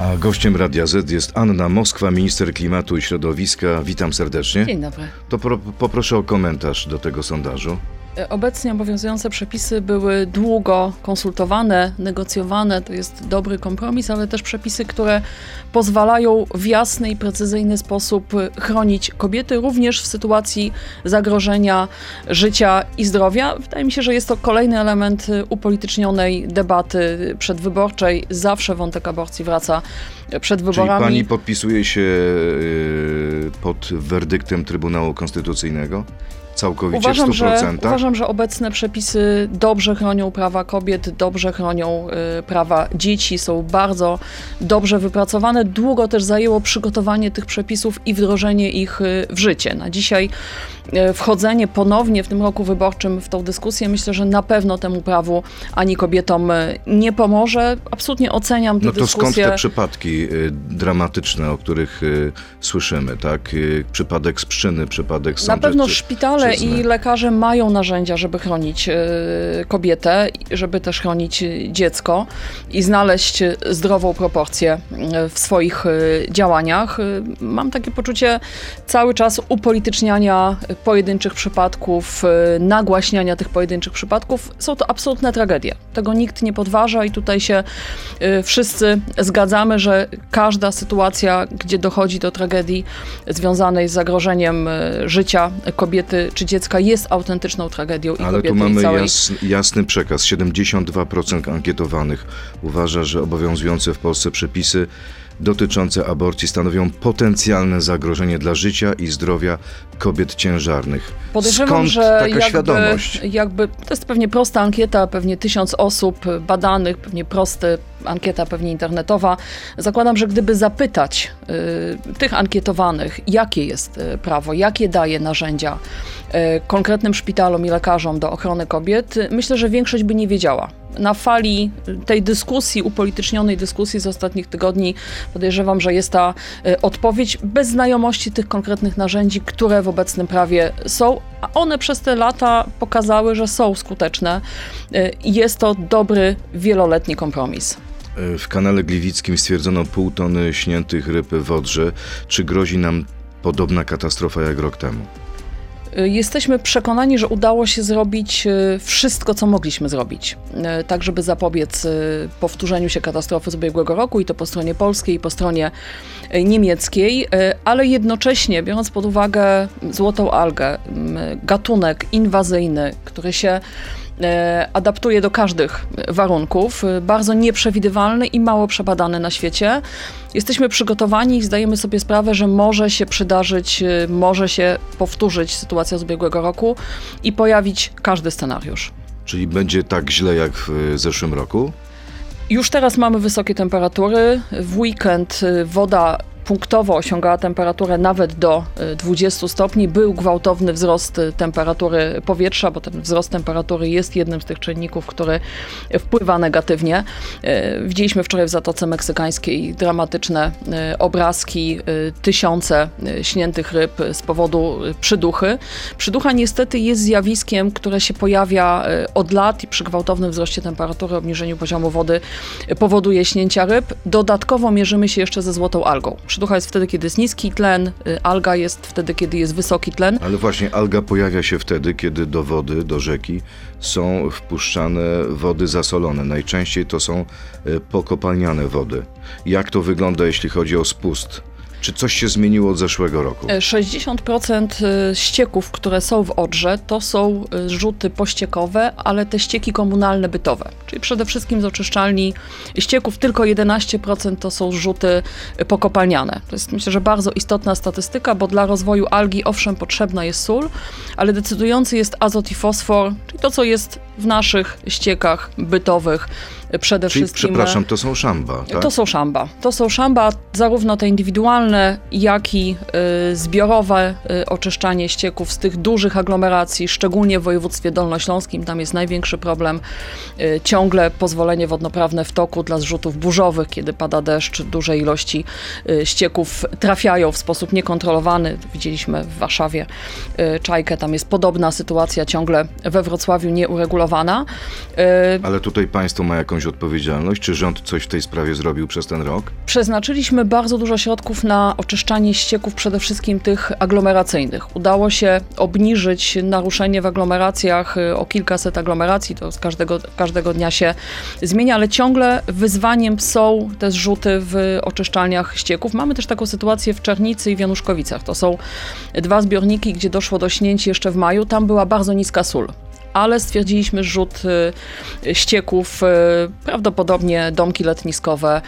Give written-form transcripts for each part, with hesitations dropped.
A gościem Radia Z jest Anna Moskwa, minister klimatu i środowiska. Witam serdecznie. Dzień dobry. To poproszę o komentarz do tego sondażu. Obecnie obowiązujące przepisy były długo konsultowane, negocjowane. To jest dobry kompromis, ale też przepisy, które pozwalają w jasny i precyzyjny sposób chronić kobiety, również w sytuacji zagrożenia życia i zdrowia. Wydaje mi się, że jest to kolejny element upolitycznionej debaty przedwyborczej. Zawsze wątek aborcji wraca przed wyborami. Czyli pani podpisuje się pod werdyktem Trybunału Konstytucyjnego? Całkowicie w 100%? Uważam, że obecne przepisy dobrze chronią prawa kobiet, dobrze chronią prawa dzieci, są bardzo dobrze wypracowane. Długo też zajęło przygotowanie tych przepisów i wdrożenie ich w życie. Na dzisiaj wchodzenie ponownie w tym roku wyborczym w tą dyskusję, myślę, że na pewno temu prawu ani kobietom nie pomoże. Absolutnie oceniam tę dyskusję. No to skąd te przypadki dramatyczne, o których słyszymy, tak? Przypadek z Pszczyny, przypadek z Na pewno szpitale i lekarze mają narzędzia, żeby chronić kobietę, żeby też chronić dziecko i znaleźć zdrową proporcję w swoich działaniach. Mam takie poczucie cały czas upolityczniania pojedynczych przypadków, nagłaśniania tych pojedynczych przypadków. Są to absolutne tragedie. Tego nikt nie podważa i tutaj się wszyscy zgadzamy, że każda sytuacja, gdzie dochodzi do tragedii związanej z zagrożeniem życia kobiety czy dziecka, jest autentyczną tragedią i ale kobiety. Tu mamy całej... jasny przekaz. 72% ankietowanych uważa, że obowiązujące w Polsce przepisy dotyczące aborcji stanowią potencjalne zagrożenie dla życia i zdrowia kobiet ciężarnych. Podejrzewam, skąd że taka świadomość? To jest pewnie prosta ankieta, pewnie 1000 osób badanych, pewnie ankieta pewnie internetowa. Zakładam, że gdyby zapytać tych ankietowanych, jakie jest prawo, jakie daje narzędzia konkretnym szpitalom i lekarzom do ochrony kobiet, myślę, że większość by nie wiedziała. Na fali tej dyskusji, upolitycznionej dyskusji z ostatnich tygodni podejrzewam, że jest ta odpowiedź bez znajomości tych konkretnych narzędzi, które w obecnym prawie są, a one przez te lata pokazały, że są skuteczne. Jest to dobry, wieloletni kompromis. W kanale Gliwickim stwierdzono 0,5 tony śniętych ryb w Odrze. Czy grozi nam podobna katastrofa jak rok temu? Jesteśmy przekonani, że udało się zrobić wszystko, co mogliśmy zrobić, tak żeby zapobiec powtórzeniu się katastrofy z ubiegłego roku i to po stronie polskiej i po stronie niemieckiej, ale jednocześnie biorąc pod uwagę złotą algę, gatunek inwazyjny, który się adaptuje do każdych warunków, bardzo nieprzewidywalny i mało przebadany na świecie. Jesteśmy przygotowani i zdajemy sobie sprawę, że może się przydarzyć, może się powtórzyć sytuacja z ubiegłego roku i pojawić każdy scenariusz. Czyli będzie tak źle jak w zeszłym roku? Już teraz mamy wysokie temperatury. W weekend woda punktowo osiągała temperaturę nawet do 20 stopni. Był gwałtowny wzrost temperatury powietrza, bo ten wzrost temperatury jest jednym z tych czynników, który wpływa negatywnie. Widzieliśmy wczoraj w Zatoce Meksykańskiej dramatyczne obrazki, tysiące śniętych ryb z powodu przyduchy. Przyducha niestety jest zjawiskiem, które się pojawia od lat i przy gwałtownym wzroście temperatury, obniżeniu poziomu wody powoduje śnięcia ryb. Dodatkowo mierzymy się jeszcze ze złotą algą. Przyducha jest wtedy, kiedy jest niski tlen, alga jest wtedy, kiedy jest wysoki tlen. Ale właśnie alga pojawia się wtedy, kiedy do wody, do rzeki są wpuszczane wody zasolone. Najczęściej to są pokopalniane wody. Jak to wygląda, jeśli chodzi o spust? Czy coś się zmieniło od zeszłego roku? 60% ścieków, które są w Odrze, to są zrzuty pościekowe, ale te ścieki komunalne, bytowe. Czyli przede wszystkim z oczyszczalni ścieków tylko 11% to są zrzuty pokopalniane. To jest, myślę, że bardzo istotna statystyka, bo dla rozwoju algi owszem potrzebna jest sól, ale decydujący jest azot i fosfor, czyli to, co jest w naszych ściekach bytowych. Przede wszystkim. Przepraszam, to są szamba, tak? To są szamba, zarówno te indywidualne, jak i zbiorowe oczyszczanie ścieków z tych dużych aglomeracji, szczególnie w województwie dolnośląskim. Tam jest największy problem. Ciągle pozwolenie wodnoprawne w toku dla zrzutów burzowych, kiedy pada deszcz, duże ilości ścieków trafiają w sposób niekontrolowany. Widzieliśmy w Warszawie Czajkę, tam jest podobna sytuacja, ciągle we Wrocławiu nieuregulowana. Ale tutaj państwo ma jakąś jakąś odpowiedzialność? Czy rząd coś w tej sprawie zrobił przez ten rok? Przeznaczyliśmy bardzo dużo środków na oczyszczanie ścieków, przede wszystkim tych aglomeracyjnych. Udało się obniżyć naruszenie w aglomeracjach o kilkaset aglomeracji, to z każdego dnia się zmienia, ale ciągle wyzwaniem są te zrzuty w oczyszczalniach ścieków. Mamy też taką sytuację w Czernicy i w Januszkowicach. To są 2 zbiorniki, gdzie doszło do śnięć jeszcze w maju. Tam była bardzo niska sól. Ale stwierdziliśmy zrzut ścieków, prawdopodobnie domki letniskowe,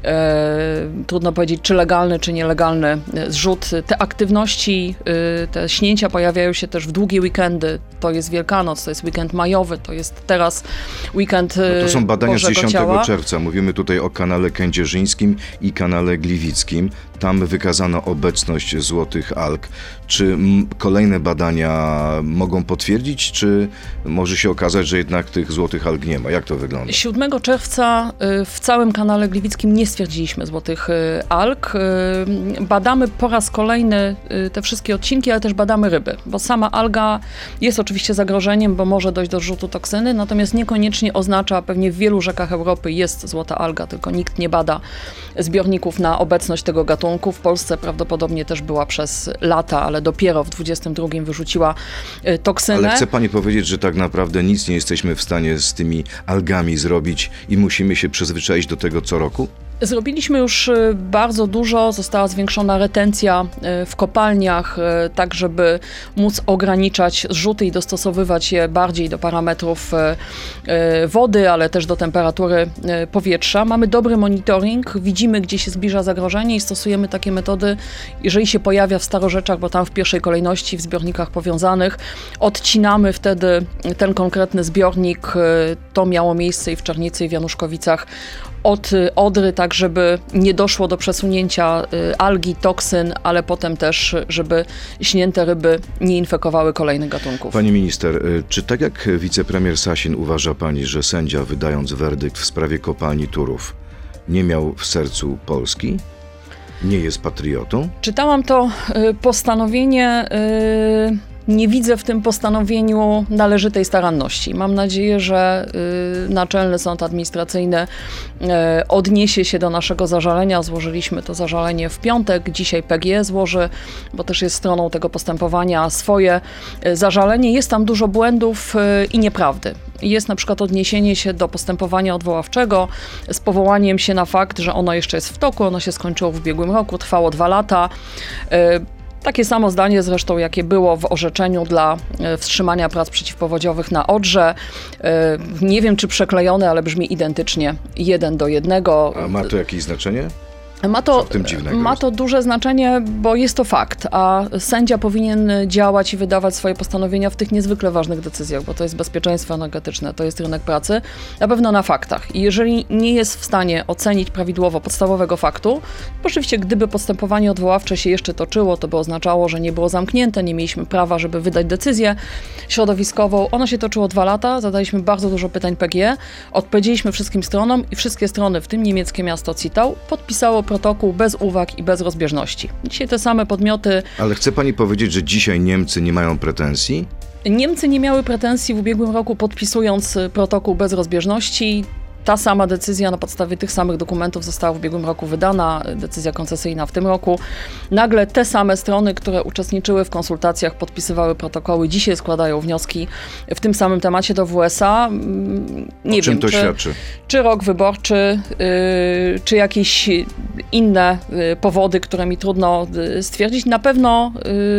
trudno powiedzieć, czy legalny, czy nielegalny zrzut. Te aktywności, te śnięcia pojawiają się też w długie weekendy. To jest Wielkanoc, to jest weekend majowy, to jest teraz weekend To są badania z Bożego 10 Ciała. czerwca. Mówimy tutaj o kanale kędzierzyńskim i kanale gliwickim. Tam wykazano obecność złotych alg. Czy kolejne badania mogą potwierdzić, czy może się okazać, że jednak tych złotych alg nie ma? Jak to wygląda? 7 czerwca w całym kanale gliwickim nie stwierdziliśmy złotych alg. Badamy po raz kolejny te wszystkie odcinki, ale też badamy ryby, bo sama alga jest oczywiście zagrożeniem, bo może dojść do zrzutu toksyny, natomiast niekoniecznie oznacza, pewnie w wielu rzekach Europy jest złota alga, tylko nikt nie bada zbiorników na obecność tego gatunku. W Polsce prawdopodobnie też była przez lata, ale dopiero w 22 wyrzuciła toksynę. Ale chce pani powiedzieć, że tak naprawdę nic nie jesteśmy w stanie z tymi algami zrobić i musimy się przyzwyczaić do tego co roku? Zrobiliśmy już bardzo dużo, została zwiększona retencja w kopalniach, tak żeby móc ograniczać zrzuty i dostosowywać je bardziej do parametrów wody, ale też do temperatury powietrza. Mamy dobry monitoring, widzimy, gdzie się zbliża zagrożenie i stosujemy takie metody, jeżeli się pojawia w Starorzeczach, bo tam w pierwszej kolejności w zbiornikach powiązanych, odcinamy wtedy ten konkretny zbiornik. To miało miejsce i w Czernicy, i w Januszkowicach od Odry, tak żeby nie doszło do przesunięcia algi, toksyn, ale potem też, żeby śnięte ryby nie infekowały kolejnych gatunków. Pani minister, czy tak jak wicepremier Sasin uważa pani, że sędzia, wydając werdykt w sprawie kopalni Turów, nie miał w sercu Polski? Nie jest patriotą? Czytałam to postanowienie. Nie widzę w tym postanowieniu należytej staranności. Mam nadzieję, że Naczelny Sąd Administracyjny odniesie się do naszego zażalenia. Złożyliśmy to zażalenie w piątek. Dzisiaj PGE złoży, bo też jest stroną tego postępowania, swoje zażalenie. Jest tam dużo błędów i nieprawdy. Jest na przykład odniesienie się do postępowania odwoławczego z powołaniem się na fakt, że ono jeszcze jest w toku. Ono się skończyło w ubiegłym roku, trwało 2 lata. Takie samo zdanie zresztą, jakie było w orzeczeniu dla wstrzymania prac przeciwpowodziowych na Odrze. Nie wiem, czy przeklejone, ale brzmi identycznie 1:1. A ma to jakieś znaczenie? Co w tym dziwnego ma jest? to duże znaczenie, bo jest to fakt, a sędzia powinien działać i wydawać swoje postanowienia w tych niezwykle ważnych decyzjach, bo to jest bezpieczeństwo energetyczne, to jest rynek pracy, na pewno na faktach. I jeżeli nie jest w stanie ocenić prawidłowo podstawowego faktu, bo oczywiście gdyby postępowanie odwoławcze się jeszcze toczyło, to by oznaczało, że nie było zamknięte, nie mieliśmy prawa, żeby wydać decyzję środowiskową. Ono się toczyło 2 lata, zadaliśmy bardzo dużo pytań PGE, odpowiedzieliśmy wszystkim stronom i wszystkie strony, w tym niemieckie miasto Zittau, podpisało protokół bez uwag i bez rozbieżności. Dzisiaj te same podmioty... Ale chce pani powiedzieć, że dzisiaj Niemcy nie mają pretensji? Niemcy nie miały pretensji w ubiegłym roku, podpisując protokół bez rozbieżności. Ta sama decyzja na podstawie tych samych dokumentów została w ubiegłym roku wydana, decyzja koncesyjna w tym roku. Nagle te same strony, które uczestniczyły w konsultacjach, podpisywały protokoły, dzisiaj składają wnioski w tym samym temacie do WSA. Nie O czym wiem, to świadczy? Czy rok wyborczy, czy jakieś inne powody, które mi trudno stwierdzić. Na pewno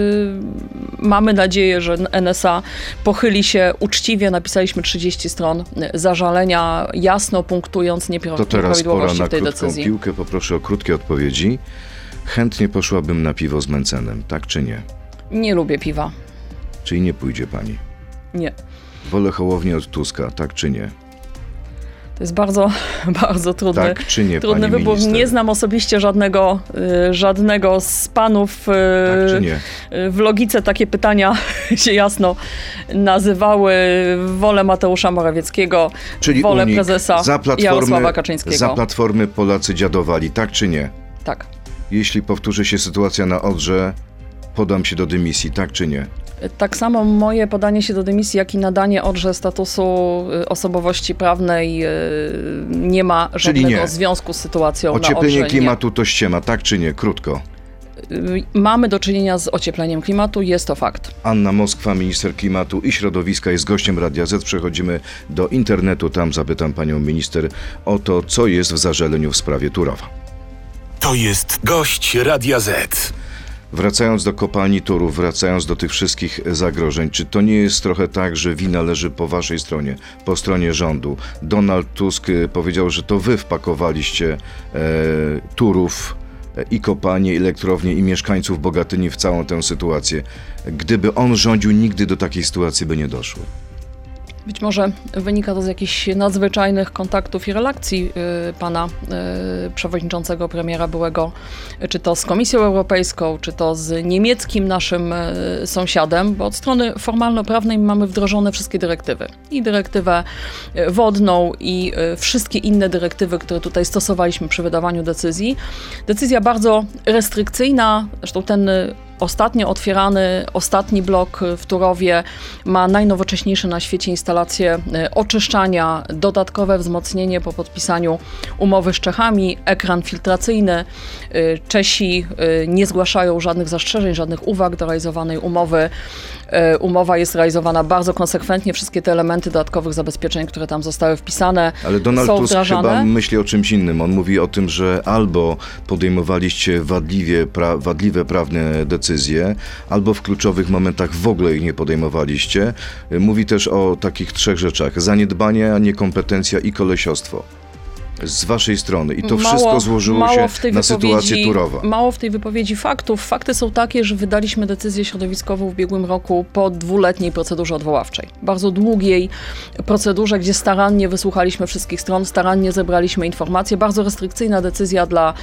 mamy nadzieję, że NSA pochyli się uczciwie. Napisaliśmy 30 stron zażalenia, jasno punktując To teraz pora nieprawidłowości na w tej krótką decyzji. piłkę. Poproszę o krótkie odpowiedzi. Chętnie poszłabym na piwo z Mencenem, tak czy nie? Nie lubię piwa. Czyli nie pójdzie pani? Nie. Wolę Hołownię od Tuska, tak czy nie? To jest bardzo, bardzo trudny, Tak czy nie, trudny pani wybór. minister? Nie znam osobiście żadnego z panów. Tak czy nie? W logice takie pytania się jasno nazywały. Wolę Mateusza Morawieckiego, Czyli wolę unik. prezesa Jarosława Kaczyńskiego. Za Platformy Polacy dziadowali, tak czy nie? Tak. Jeśli powtórzy się sytuacja na Odrze, podam się do dymisji, tak czy nie? Tak samo moje podanie się do dymisji, jak i nadanie Odrze statusu osobowości prawnej nie ma żadnego związku z sytuacją na Odrze. Ocieplenie klimatu to ściema, tak czy nie? Krótko. Mamy do czynienia z ociepleniem klimatu, jest to fakt. Anna Moskwa, minister klimatu i środowiska, jest gościem Radia Z. Przechodzimy do internetu, tam zapytam panią minister o to, co jest w zażaleniu w sprawie Turowa. To jest gość Radia Z. Wracając do kopalni Turów, wracając do tych wszystkich zagrożeń, czy to nie jest trochę tak, że wina leży po waszej stronie, po stronie rządu? Donald Tusk powiedział, że to wy wpakowaliście Turów i kopalnie, i elektrownie, i mieszkańców Bogatyni w całą tę sytuację. Gdyby on rządził, nigdy do takiej sytuacji by nie doszło. Być może wynika to z jakichś nadzwyczajnych kontaktów i relacji pana przewodniczącego, premiera byłego, czy to z Komisją Europejską, czy to z niemieckim naszym sąsiadem, bo od strony formalno-prawnej mamy wdrożone wszystkie dyrektywy. I dyrektywę wodną, i wszystkie inne dyrektywy, które tutaj stosowaliśmy przy wydawaniu decyzji. Decyzja bardzo restrykcyjna, zresztą ten ostatnio otwierany, ostatni blok w Turowie ma najnowocześniejsze na świecie instalacje oczyszczania, dodatkowe wzmocnienie po podpisaniu umowy z Czechami, ekran filtracyjny. Czesi nie zgłaszają żadnych zastrzeżeń, żadnych uwag do realizowanej umowy. Umowa jest realizowana bardzo konsekwentnie. Wszystkie te elementy dodatkowych zabezpieczeń, które tam zostały wpisane, ale Donald są Tusk wdrażane. Chyba myśli o czymś innym. On mówi o tym, że albo podejmowaliście wadliwe prawne decyzje, albo w kluczowych momentach w ogóle ich nie podejmowaliście. Mówi też o takich 3 rzeczach. Zaniedbanie, niekompetencja i kolesiostwo. Z waszej strony. I to wszystko złożyło się na sytuację Turowa. Mało w tej wypowiedzi faktów. Fakty są takie, że wydaliśmy decyzję środowiskową w ubiegłym roku po 2-letniej procedurze odwoławczej. Bardzo długiej procedurze, gdzie starannie wysłuchaliśmy wszystkich stron, starannie zebraliśmy informacje. Bardzo restrykcyjna decyzja dla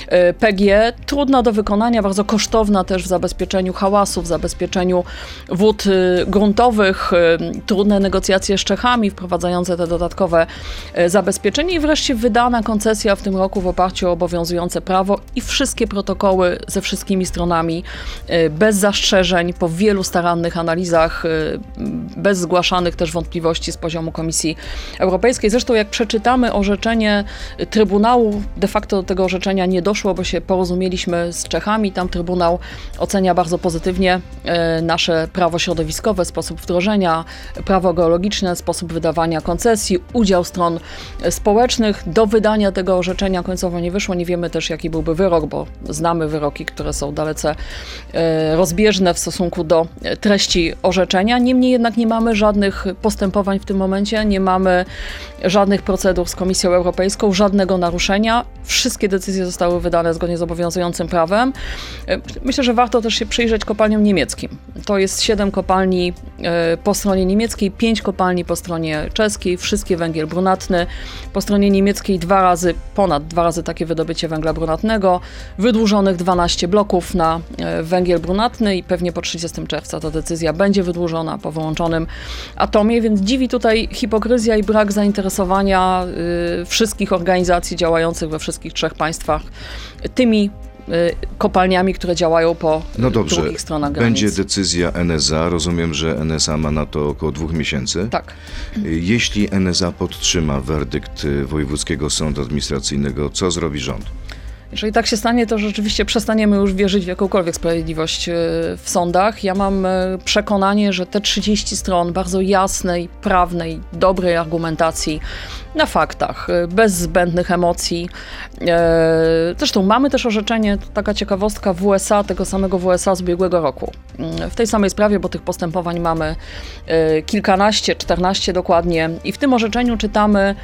PGE. Trudna do wykonania, bardzo kosztowna też w zabezpieczeniu hałasu, w zabezpieczeniu wód gruntowych. Trudne negocjacje z Czechami, wprowadzające te dodatkowe zabezpieczenie i wreszcie wydana koncesja w tym roku w oparciu o obowiązujące prawo i wszystkie protokoły ze wszystkimi stronami, bez zastrzeżeń, po wielu starannych analizach, bez zgłaszanych też wątpliwości z poziomu Komisji Europejskiej. Zresztą jak przeczytamy orzeczenie Trybunału, de facto do tego orzeczenia nie doszło, bo się porozumieliśmy z Czechami. Tam Trybunał ocenia bardzo pozytywnie nasze prawo środowiskowe, sposób wdrożenia, prawo geologiczne, sposób wydawania koncesji, udział stron społecznych. Do wydania tego orzeczenia końcowo nie wyszło. Nie wiemy też, jaki byłby wyrok, bo znamy wyroki, które są dalece rozbieżne w stosunku do treści orzeczenia. Niemniej jednak nie mamy żadnych postępowań w tym momencie, nie mamy żadnych procedur z Komisją Europejską, żadnego naruszenia. Wszystkie decyzje zostały wydane zgodnie z obowiązującym prawem. Myślę, że warto też się przyjrzeć kopalniom niemieckim. To jest 7 kopalni po stronie niemieckiej, 5 kopalni po stronie czeskiej, wszystkie węgiel brunatny. Po stronie niemieckiej ponad 2 razy takie wydobycie węgla brunatnego, wydłużonych 12 bloków na węgiel brunatny i pewnie po 30 czerwca ta decyzja będzie wydłużona po wyłączonym atomie, więc dziwi tutaj hipokryzja i brak zainteresowania wszystkich organizacji działających we wszystkich 3 państwach tymi kopalniami, które działają po drugich stronach granic. Będzie decyzja NSA. Rozumiem, że NSA ma na to około 2 miesięcy. Tak. Jeśli NSA podtrzyma werdykt Wojewódzkiego Sądu Administracyjnego, co zrobi rząd? Jeżeli tak się stanie, to rzeczywiście przestaniemy już wierzyć w jakąkolwiek sprawiedliwość w sądach. Ja mam przekonanie, że te 30 stron bardzo jasnej, prawnej, dobrej argumentacji, na faktach, bez zbędnych emocji. Zresztą mamy też orzeczenie, to taka ciekawostka, WSA, tego samego WSA z ubiegłego roku. W tej samej sprawie, bo tych postępowań mamy kilkanaście, 14 dokładnie i w tym orzeczeniu czytamy,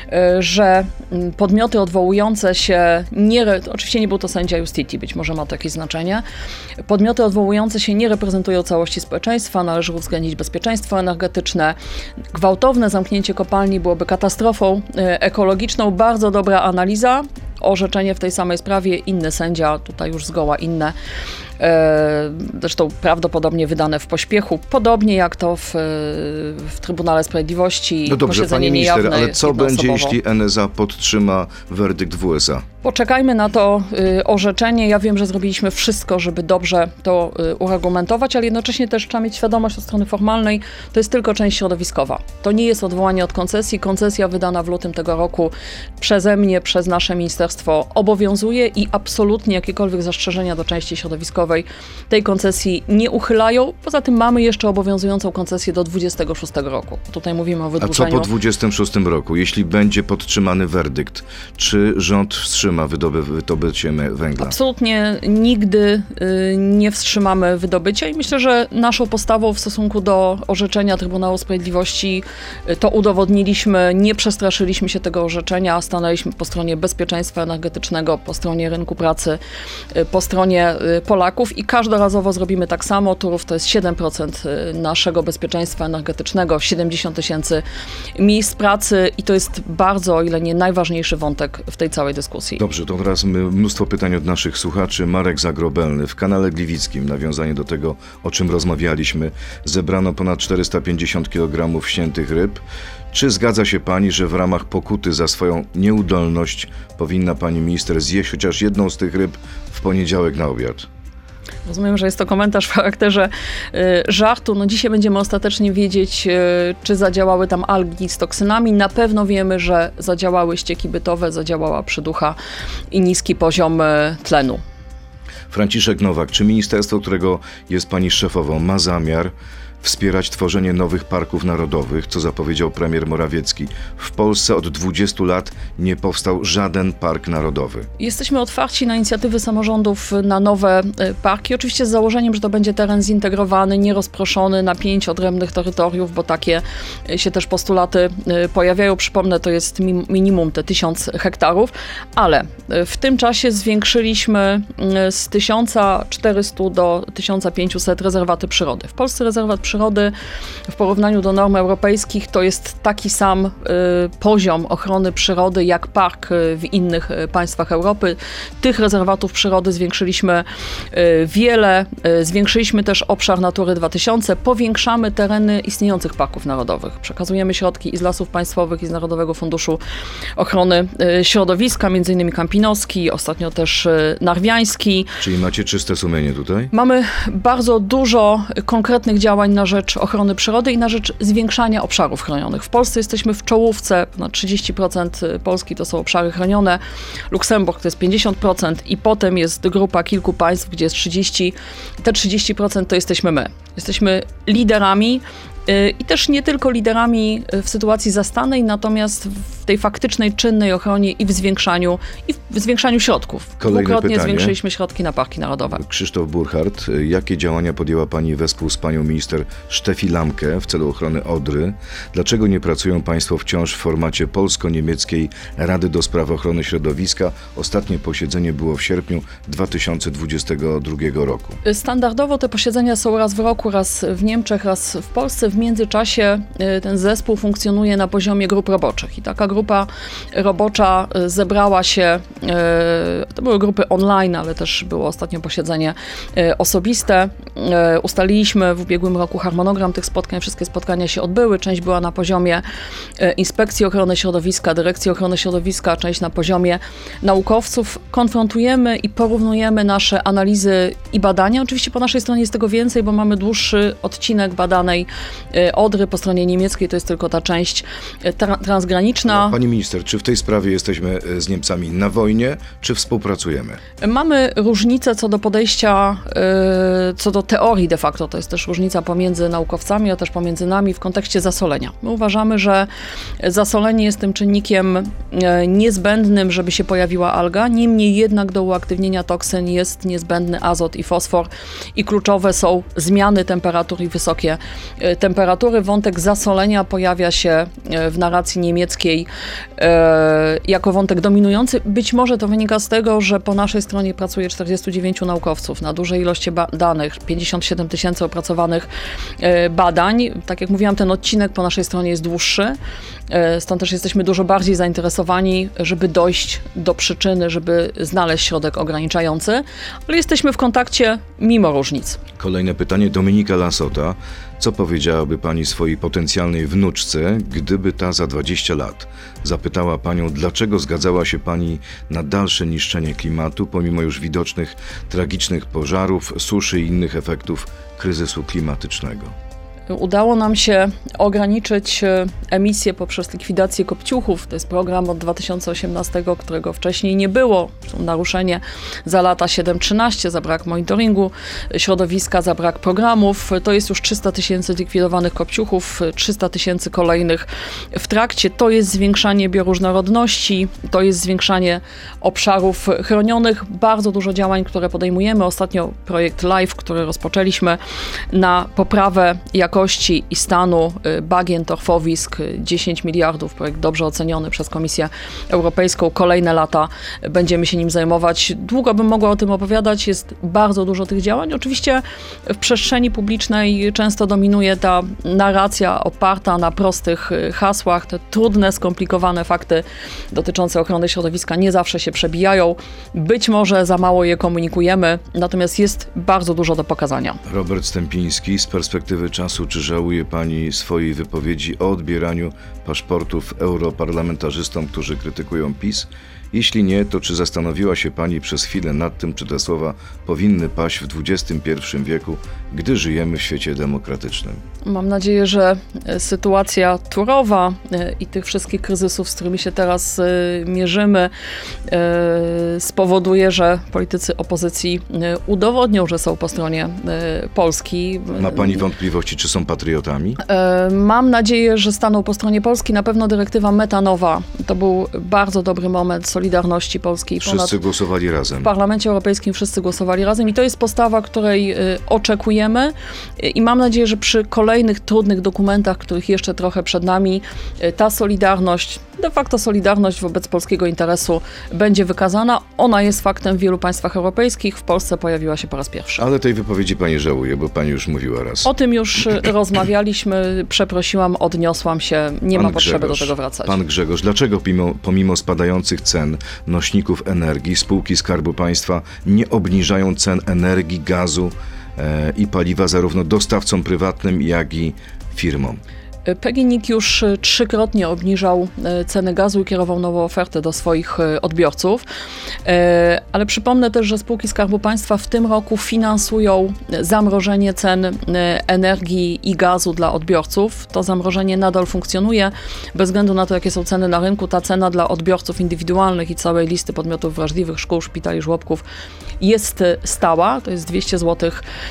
że podmioty odwołujące się, oczywiście nie był to sędzia Justitii, być może ma to jakieś znaczenie, podmioty odwołujące się nie reprezentują całości społeczeństwa, należy uwzględnić bezpieczeństwo energetyczne, gwałtowne zamknięcie kopalni byłoby katastrofą ekologiczną, bardzo dobra analiza, orzeczenie w tej samej sprawie, inny sędzia, tutaj już zgoła inne zresztą prawdopodobnie wydane w pośpiechu, podobnie jak to w Trybunale Sprawiedliwości. No dobrze, posiedzenie pani minister, niejawne, ale co będzie, jednoosobowo. jeśli NSA podtrzyma werdykt w USA? Poczekajmy na to orzeczenie. Ja wiem, że zrobiliśmy wszystko, żeby dobrze to uargumentować, ale jednocześnie też trzeba mieć świadomość od strony formalnej, to jest tylko część środowiskowa. To nie jest odwołanie od koncesji. Koncesja wydana w lutym tego roku przeze mnie, przez nasze ministerstwo obowiązuje i absolutnie jakiekolwiek zastrzeżenia do części środowiskowej tej koncesji nie uchylają. Poza tym mamy jeszcze obowiązującą koncesję do 26 roku. Tutaj mówimy o A co wydłużeniu. po 26 roku? Jeśli będzie podtrzymany werdykt, czy rząd wstrzyma wydobycie węgla? Absolutnie nigdy nie wstrzymamy wydobycia i myślę, że naszą postawą w stosunku do orzeczenia Trybunału Sprawiedliwości to udowodniliśmy, nie przestraszyliśmy się tego orzeczenia, stanęliśmy po stronie bezpieczeństwa energetycznego, po stronie rynku pracy, po stronie Polaków i każdorazowo zrobimy tak samo. Turów to jest 7% naszego bezpieczeństwa energetycznego, 70 000 miejsc pracy i to jest bardzo, o ile nie najważniejszy wątek w tej całej dyskusji. Dobrze, to teraz mnóstwo pytań od naszych słuchaczy. Marek Zagrobelny. W kanale Gliwickim, nawiązanie do tego, o czym rozmawialiśmy, zebrano ponad 450 kg śniętych ryb. Czy zgadza się pani, że w ramach pokuty za swoją nieudolność powinna pani minister zjeść chociaż jedną z tych ryb w poniedziałek na obiad? Rozumiem, że jest to komentarz w charakterze żartu. No dzisiaj będziemy ostatecznie wiedzieć, czy zadziałały tam algi z toksynami. Na pewno wiemy, że zadziałały ścieki bytowe, zadziałała przyducha i niski poziom tlenu. Franciszek Nowak. Czy ministerstwo, którego jest pani szefową, ma zamiar wspierać tworzenie nowych parków narodowych, co zapowiedział premier Morawiecki? W Polsce od 20 lat nie powstał żaden park narodowy. Jesteśmy otwarci na inicjatywy samorządów na nowe parki. Oczywiście z założeniem, że to będzie teren zintegrowany, nierozproszony na 5 odrębnych terytoriów, bo takie się też postulaty pojawiają. Przypomnę, to jest minimum te 1000 hektarów, ale w tym czasie zwiększyliśmy z 1400 do 1500 rezerwaty przyrody. W Polsce rezerwat przyrody w porównaniu do norm europejskich to jest taki sam poziom ochrony przyrody jak park w innych państwach Europy. Tych rezerwatów przyrody zwiększyliśmy wiele. Zwiększyliśmy też obszar Natury 2000. Powiększamy tereny istniejących parków narodowych. Przekazujemy środki i z Lasów Państwowych, i z Narodowego Funduszu Ochrony Środowiska, m.in. Kampinoski, ostatnio też Narwiański. Czyli macie czyste sumienie tutaj? Mamy bardzo dużo konkretnych działań na rzecz ochrony przyrody i na rzecz zwiększania obszarów chronionych. W Polsce jesteśmy w czołówce, ponad 30% Polski to są obszary chronione, Luksemburg to jest 50% i potem jest grupa kilku państw, gdzie jest 30%. Te 30% to jesteśmy my. Jesteśmy liderami i też nie tylko liderami w sytuacji zastanej, natomiast w tej faktycznej, czynnej ochronie i w zwiększaniu środków. Kolejne Dwukrotnie pytanie. zwiększyliśmy środki na parki narodowe. Krzysztof Burchardt. Jakie działania podjęła pani wespół z panią minister Steffi Lamke w celu ochrony Odry? Dlaczego nie pracują państwo wciąż w formacie polsko-niemieckiej Rady do Spraw Ochrony Środowiska? Ostatnie posiedzenie było w sierpniu 2022 roku. Standardowo te posiedzenia są raz w roku, raz w Niemczech, raz w Polsce. W międzyczasie ten zespół funkcjonuje na poziomie grup roboczych i taka grupa robocza zebrała się, to były grupy online, ale też było ostatnio posiedzenie osobiste. Ustaliliśmy w ubiegłym roku harmonogram tych spotkań, wszystkie spotkania się odbyły, część była na poziomie Inspekcji Ochrony Środowiska, Dyrekcji Ochrony Środowiska, część na poziomie naukowców. Konfrontujemy i porównujemy nasze analizy i badania. Oczywiście po naszej stronie jest tego więcej, bo mamy dłuższy odcinek badanej Odry, po stronie niemieckiej to jest tylko ta część transgraniczna. Pani minister, czy w tej sprawie jesteśmy z Niemcami na wojnie, czy współpracujemy? Mamy różnicę co do podejścia, co do teorii de facto, to jest też różnica pomiędzy naukowcami, a też pomiędzy nami w kontekście zasolenia. My uważamy, że zasolenie jest tym czynnikiem niezbędnym, żeby się pojawiła alga, niemniej jednak do uaktywnienia toksyn jest niezbędny azot i fosfor i kluczowe są zmiany temperatur i wysokie temperatury. Wątek zasolenia pojawia się w narracji niemieckiej jako wątek dominujący. Być może to wynika z tego, że po naszej stronie pracuje 49 naukowców na dużej ilości danych, 57 000 opracowanych badań. Tak jak mówiłam, ten odcinek po naszej stronie jest dłuższy, stąd też jesteśmy dużo bardziej zainteresowani, żeby dojść do przyczyny, żeby znaleźć środek ograniczający, ale jesteśmy w kontakcie mimo różnic. Kolejne pytanie, Dominika Lasota. Co powiedziałaby pani swojej potencjalnej wnuczce, gdyby ta za 20 lat zapytała panią, dlaczego zgadzała się pani na dalsze niszczenie klimatu, pomimo już widocznych, tragicznych pożarów, suszy i innych efektów kryzysu klimatycznego? Udało nam się ograniczyć emisję poprzez likwidację kopciuchów. To jest program od 2018, którego wcześniej nie było. Naruszenie za lata 7-13, za brak monitoringu środowiska, za brak programów. To jest już 300 000 zlikwidowanych kopciuchów, 300 000 kolejnych w trakcie. To jest zwiększanie bioróżnorodności, to jest zwiększanie obszarów chronionych. Bardzo dużo działań, które podejmujemy. Ostatnio projekt LIFE, który rozpoczęliśmy na poprawę jakości i stanu bagien, torfowisk, 10 miliardów, projekt dobrze oceniony przez Komisję Europejską. Kolejne lata będziemy się nim zajmować. Długo bym mogła o tym opowiadać, jest bardzo dużo tych działań. Oczywiście w przestrzeni publicznej często dominuje ta narracja oparta na prostych hasłach. Te trudne, skomplikowane fakty dotyczące ochrony środowiska nie zawsze się przebijają. Być może za mało je komunikujemy, natomiast jest bardzo dużo do pokazania. Robert Stępiński, z perspektywy czasu, czy żałuje pani swojej wypowiedzi o odbieraniu paszportów europarlamentarzystom, którzy krytykują PiS? Jeśli nie, to czy zastanowiła się pani przez chwilę nad tym, czy te słowa powinny paść w XXI wieku, gdy żyjemy w świecie demokratycznym? Mam nadzieję, że sytuacja turowa i tych wszystkich kryzysów, z którymi się teraz mierzymy, spowoduje, że politycy opozycji udowodnią, że są po stronie Polski. Ma pani wątpliwości, czy są patriotami? Mam nadzieję, że staną po stronie Polski. Na pewno dyrektywa metanowa to był bardzo dobry moment solidarności polskiej. Wszyscy głosowali razem. W Parlamencie Europejskim wszyscy głosowali razem i to jest postawa, której oczekujemy i mam nadzieję, że przy kolejnych trudnych dokumentach, których jeszcze trochę przed nami, ta solidarność, de facto solidarność wobec polskiego interesu będzie wykazana. Ona jest faktem w wielu państwach europejskich, w Polsce pojawiła się po raz pierwszy. Ale tej wypowiedzi pani żałuje, bo pani już mówiła raz. O tym już rozmawialiśmy, przeprosiłam, odniosłam się, nie ma potrzeby do tego wracać. Pan Grzegorz, dlaczego pomimo spadających cen nośników energii spółki Skarbu Państwa nie obniżają cen energii, gazu i paliwa zarówno dostawcom prywatnym, jak i firmom? PGNiG już 3-krotnie obniżał ceny gazu i kierował nową ofertę do swoich odbiorców, ale przypomnę też, że spółki Skarbu Państwa w tym roku finansują zamrożenie cen energii i gazu dla odbiorców. To zamrożenie nadal funkcjonuje, bez względu na to, jakie są ceny na rynku. Ta cena dla odbiorców indywidualnych i całej listy podmiotów wrażliwych, szkół, szpitali, żłobków jest stała, to jest 200 zł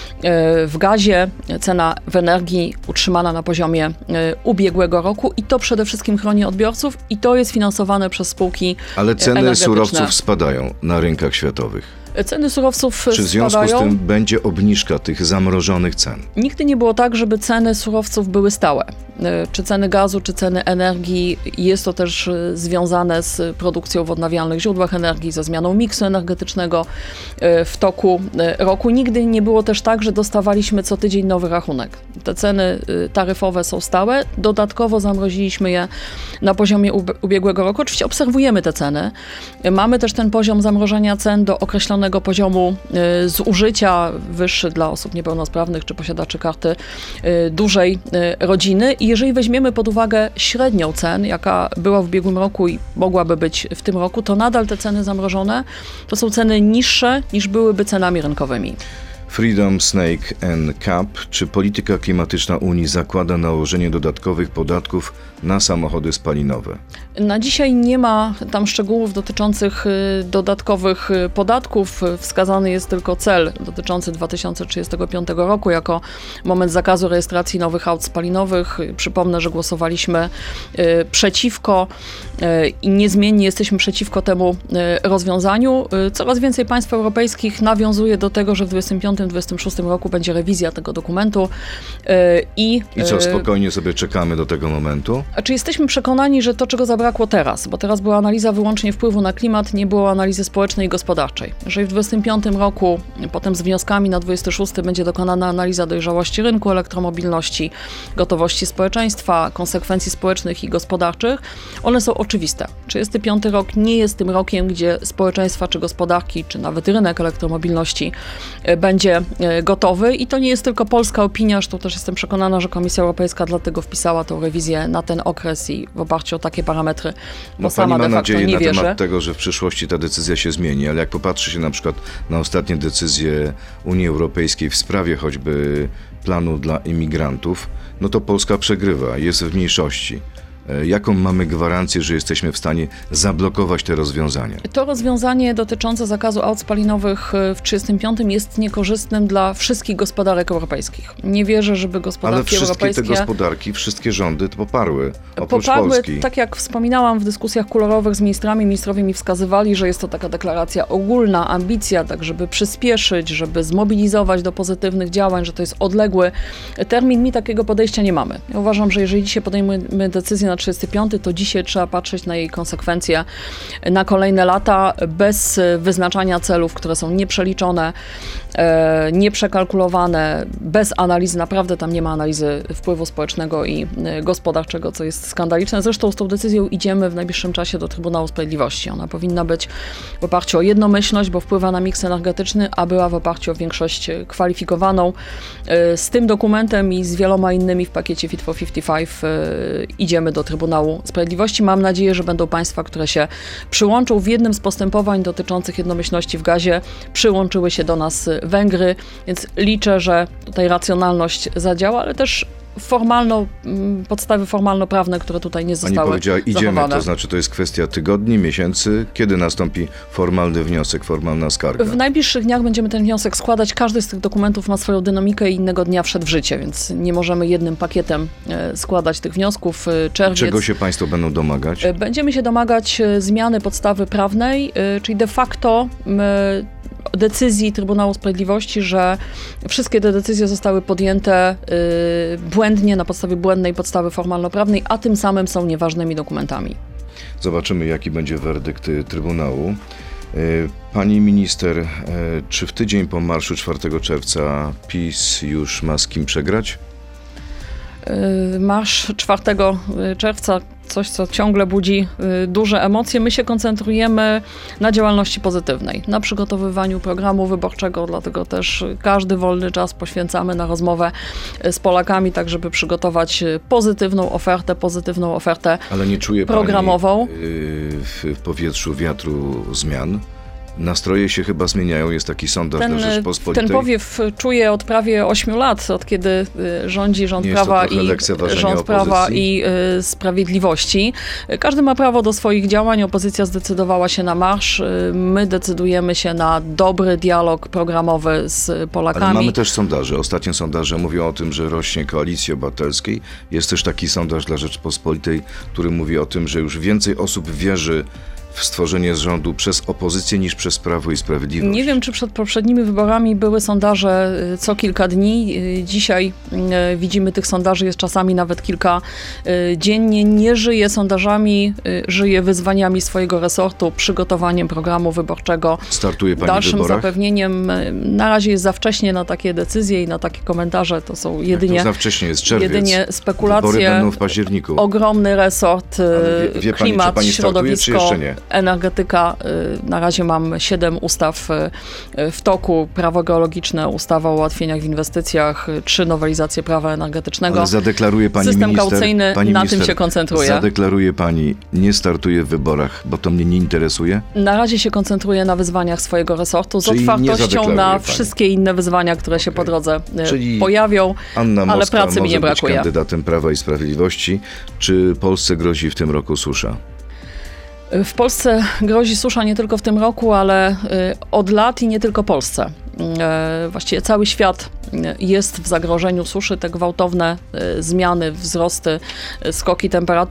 w gazie, cena w energii utrzymana na poziomie ubiegłego roku i to przede wszystkim chroni odbiorców i to jest finansowane przez spółki Ale ceny surowców spadają na rynkach światowych. Ceny surowców spadają. Czy w związku z tym będzie obniżka tych zamrożonych cen? Nigdy nie było tak, żeby ceny surowców były stałe. Czy ceny gazu, czy ceny energii. Jest to też związane z produkcją w odnawialnych źródłach energii, ze zmianą miksu energetycznego w toku roku. Nigdy nie było też tak, że dostawaliśmy co tydzień nowy rachunek. Te ceny taryfowe są stałe. Dodatkowo zamroziliśmy je na poziomie ubiegłego roku. Oczywiście obserwujemy te ceny. Mamy też ten poziom zamrożenia cen do określonego poziomu zużycia, wyższy dla osób niepełnosprawnych czy posiadaczy karty dużej rodziny. I jeżeli weźmiemy pod uwagę średnią cen, jaka była w ubiegłym roku i mogłaby być w tym roku, to nadal te ceny zamrożone to są ceny niższe niż byłyby cenami rynkowymi. Freedom, Snake and Cap. Czy polityka klimatyczna Unii zakłada nałożenie dodatkowych podatków na samochody spalinowe? Na dzisiaj nie ma tam szczegółów dotyczących dodatkowych podatków. Wskazany jest tylko cel dotyczący 2035 roku jako moment zakazu rejestracji nowych aut spalinowych. Przypomnę, że głosowaliśmy przeciwko i niezmiennie jesteśmy przeciwko temu rozwiązaniu. Coraz więcej państw europejskich nawiązuje do tego, że w 2025 2025-2026 roku będzie rewizja tego dokumentu. I co, spokojnie sobie czekamy do tego momentu? Czy jesteśmy przekonani, że to, czego zabrakło teraz, bo teraz była analiza wyłącznie wpływu na klimat, nie było analizy społecznej i gospodarczej. Jeżeli w 2025 roku, potem z wnioskami na 26 będzie dokonana analiza dojrzałości rynku elektromobilności, gotowości społeczeństwa, konsekwencji społecznych i gospodarczych, one są oczywiste. 35 rok nie jest tym rokiem, gdzie społeczeństwa czy gospodarki, czy nawet rynek elektromobilności będzie gotowy i to nie jest tylko polska opinia, zresztą też jestem przekonana, że Komisja Europejska dlatego wpisała tą rewizję na ten okres i w oparciu o takie parametry, bo sama Pani de ma facto nadzieję nie na wierzy. temat tego, że w przyszłości ta decyzja się zmieni, ale jak popatrzy się na przykład na ostatnie decyzje Unii Europejskiej w sprawie choćby planu dla imigrantów, no to Polska przegrywa, jest w mniejszości. Jaką mamy gwarancję, że jesteśmy w stanie zablokować te rozwiązania? To rozwiązanie dotyczące zakazu aut spalinowych w 1935 jest niekorzystnym dla wszystkich gospodarek europejskich. Nie wierzę, żeby gospodarki Ale wszystkie europejskie... te gospodarki, wszystkie rządy to poparły, oprócz Polski. Tak jak wspominałam w dyskusjach kolorowych z ministrami, ministrowie mi wskazywali, że jest to taka deklaracja ogólna, ambicja, tak żeby przyspieszyć, żeby zmobilizować do pozytywnych działań, że to jest odległy termin. Mi takiego podejścia nie mamy. Ja uważam, że jeżeli dzisiaj podejmujemy decyzję na 35, to dzisiaj trzeba patrzeć na jej konsekwencje na kolejne lata, bez wyznaczania celów, które są nieprzeliczone, nieprzekalkulowane, bez analizy. Naprawdę tam nie ma analizy wpływu społecznego i gospodarczego, co jest skandaliczne. Zresztą z tą decyzją idziemy w najbliższym czasie do Trybunału Sprawiedliwości. Ona powinna być w oparciu o jednomyślność, bo wpływa na miks energetyczny, a była w oparciu o większość kwalifikowaną. Z tym dokumentem i z wieloma innymi w pakiecie Fit for 55 idziemy do Trybunału Sprawiedliwości. Mam nadzieję, że będą państwa, które się przyłączą. W jednym z postępowań dotyczących jednomyślności w gazie przyłączyły się do nas Węgry, więc liczę, że tutaj racjonalność zadziała, ale też podstawy formalno-prawne, które tutaj nie zostały Pani powiedziała, idziemy, zachowane. to znaczy to jest kwestia tygodni, miesięcy. Kiedy nastąpi formalny wniosek, formalna skarga? W najbliższych dniach będziemy ten wniosek składać. Każdy z tych dokumentów ma swoją dynamikę i innego dnia wszedł w życie, więc nie możemy jednym pakietem składać tych wniosków. Czerwiec. Czego się państwo będą domagać? Będziemy się domagać zmiany podstawy prawnej, czyli de facto decyzji Trybunału Sprawiedliwości, że wszystkie te decyzje zostały podjęte błędnie, na podstawie błędnej podstawy formalno-prawnej, a tym samym są nieważnymi dokumentami. Zobaczymy, jaki będzie werdykt Trybunału. Pani minister, czy w tydzień po marszu 4 czerwca PiS już ma z kim przegrać? Marsz 4 czerwca, coś co ciągle budzi duże emocje. My się koncentrujemy na działalności pozytywnej, na przygotowywaniu programu wyborczego, dlatego też każdy wolny czas poświęcamy na rozmowę z Polakami, tak żeby przygotować pozytywną ofertę Ale nie czuje programową. Pani w powietrzu wiatru zmian? Nastroje się chyba zmieniają, jest taki sondaż dla Rzeczpospolitej. Ten powiew czuję od prawie 8 lat, od kiedy rządzi rząd Prawa i Sprawiedliwości. Każdy ma prawo do swoich działań, opozycja zdecydowała się na marsz, my decydujemy się na dobry dialog programowy z Polakami. Ale mamy też sondaże. Ostatnie sondaże mówią o tym, że rośnie Koalicji Obywatelskiej. Jest też taki sondaż dla Rzeczpospolitej, który mówi o tym, że już więcej osób wierzy w stworzenie rządu przez opozycję niż przez Prawo i Sprawiedliwość. Nie wiem, czy przed poprzednimi wyborami były sondaże co kilka dni. Dzisiaj widzimy tych sondaży, jest czasami nawet kilka dziennie. Nie żyje sondażami, żyje wyzwaniami swojego resortu, przygotowaniem programu wyborczego. Startuje pani w dalszym wyborach? Zapewnieniem. Na razie jest za wcznie na takie decyzje i na takie komentarze. To są jedynie, to za wcześnie jest czerwiec. jedynie spekulacje. Wybory będą w październiku. Ogromny resort, wie pani, klimat, czy pani startuje, czy środowisko, jeszcze nie? energetyka. Na razie mam 7 ustaw w toku. Prawo geologiczne, ustawa o ułatwieniach w inwestycjach, 3 nowelizacje prawa energetycznego. Ale zadeklaruje pani System minister, kaucyjny, pani na minister, tym się koncentruję. Zadeklaruje pani, nie startuje w wyborach, bo to mnie nie interesuje? Na razie się koncentruję na wyzwaniach swojego resortu, z Czyli nie otwartością zadeklaruje na pani. wszystkie inne wyzwania, które się po drodze Czyli pojawią, Anna ale Moskwa pracy mi może nie być brakuje. kandydatem Prawa i Sprawiedliwości. Czy Polsce grozi w tym roku susza? W Polsce grozi susza nie tylko w tym roku, ale od lat i nie tylko Polsce. Właściwie cały świat jest w zagrożeniu suszy. Te gwałtowne zmiany, wzrosty, skoki temperatur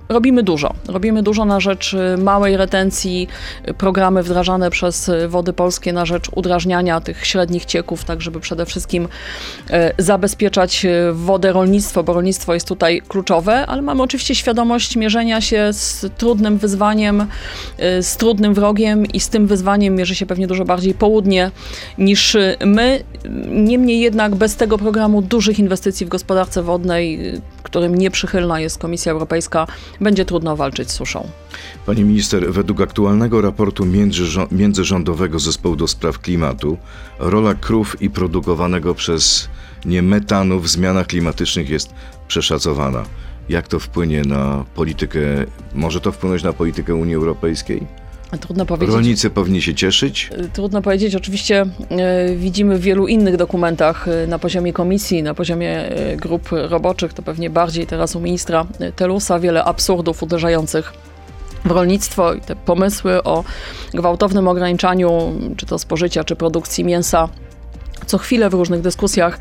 Robimy dużo. Robimy dużo na rzecz małej retencji, programy wdrażane przez Wody Polskie na rzecz udrażniania tych średnich cieków, tak żeby przede wszystkim zabezpieczać wodę, rolnictwo, bo rolnictwo jest tutaj kluczowe, ale mamy oczywiście świadomość mierzenia się z trudnym wyzwaniem, z trudnym wrogiem i z tym wyzwaniem mierzy się pewnie dużo bardziej południe niż my. Niemniej jednak bez tego programu dużych inwestycji w gospodarce wodnej, którym nieprzychylna jest Komisja Europejska, będzie trudno walczyć z suszą. Pani minister, według aktualnego raportu międzyrządowego Zespołu do Spraw Klimatu, rola krów i produkowanego przez nie metanu w zmianach klimatycznych jest przeszacowana. Jak to wpłynie na politykę, może to wpłynąć na politykę Unii Europejskiej? Trudno powiedzieć. Rolnicy powinni się cieszyć? Trudno powiedzieć. Oczywiście widzimy w wielu innych dokumentach na poziomie komisji, na poziomie grup roboczych, to pewnie bardziej teraz u ministra Telusa, wiele absurdów uderzających w rolnictwo i te pomysły o gwałtownym ograniczaniu czy to spożycia, czy produkcji mięsa co chwilę w różnych dyskusjach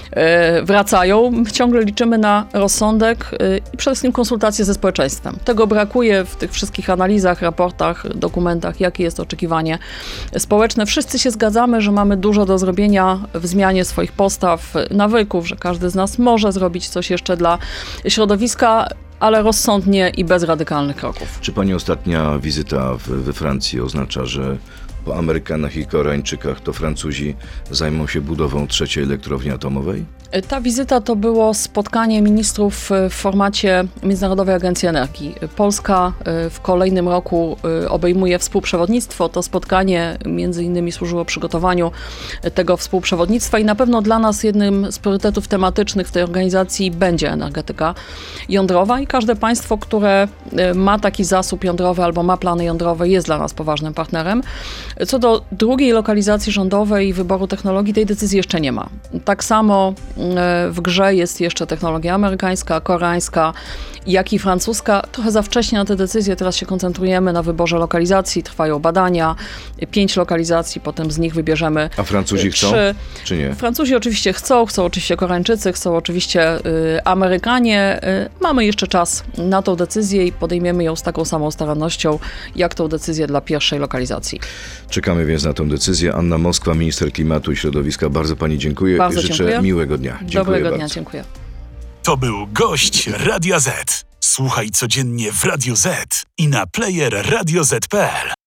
wracają. My ciągle liczymy na rozsądek i przede wszystkim konsultacje ze społeczeństwem. Tego brakuje w tych wszystkich analizach, raportach, dokumentach, jakie jest oczekiwanie społeczne. Wszyscy się zgadzamy, że mamy dużo do zrobienia w zmianie swoich postaw, nawyków, że każdy z nas może zrobić coś jeszcze dla środowiska, ale rozsądnie i bez radykalnych kroków. Czy pani ostatnia wizyta we Francji oznacza, że po Amerykanach i Koreańczykach to Francuzi zajmą się budową trzeciej elektrowni atomowej? Ta wizyta to było spotkanie ministrów w formacie Międzynarodowej Agencji Energii. Polska w kolejnym roku obejmuje współprzewodnictwo. To spotkanie między innymi służyło przygotowaniu tego współprzewodnictwa i na pewno dla nas jednym z priorytetów tematycznych w tej organizacji będzie energetyka jądrowa i każde państwo, które ma taki zasób jądrowy albo ma plany jądrowe, jest dla nas poważnym partnerem. Co do drugiej lokalizacji rządowej i wyboru technologii, tej decyzji jeszcze nie ma. Tak samo w grze jest jeszcze technologia amerykańska, koreańska, jak i francuska. Trochę za wcześnie na te decyzje, teraz się koncentrujemy na wyborze lokalizacji, trwają badania, 5 lokalizacji, potem z nich wybierzemy 3. A Francuzi chcą, czy nie? Francuzi oczywiście chcą oczywiście Koreańczycy, chcą oczywiście Amerykanie. Mamy jeszcze czas na tą decyzję i podejmiemy ją z taką samą starannością, jak tą decyzję dla pierwszej lokalizacji. Czekamy więc na tę decyzję. Anna Moskwa, minister klimatu i środowiska. Bardzo pani dziękuję. Bardzo Życzę dziękuję. miłego dnia. Dziękuję Dobrego bardzo. dnia, dziękuję. To był gość Radia Z. Słuchaj codziennie w Radio Z i na player radioz.pl.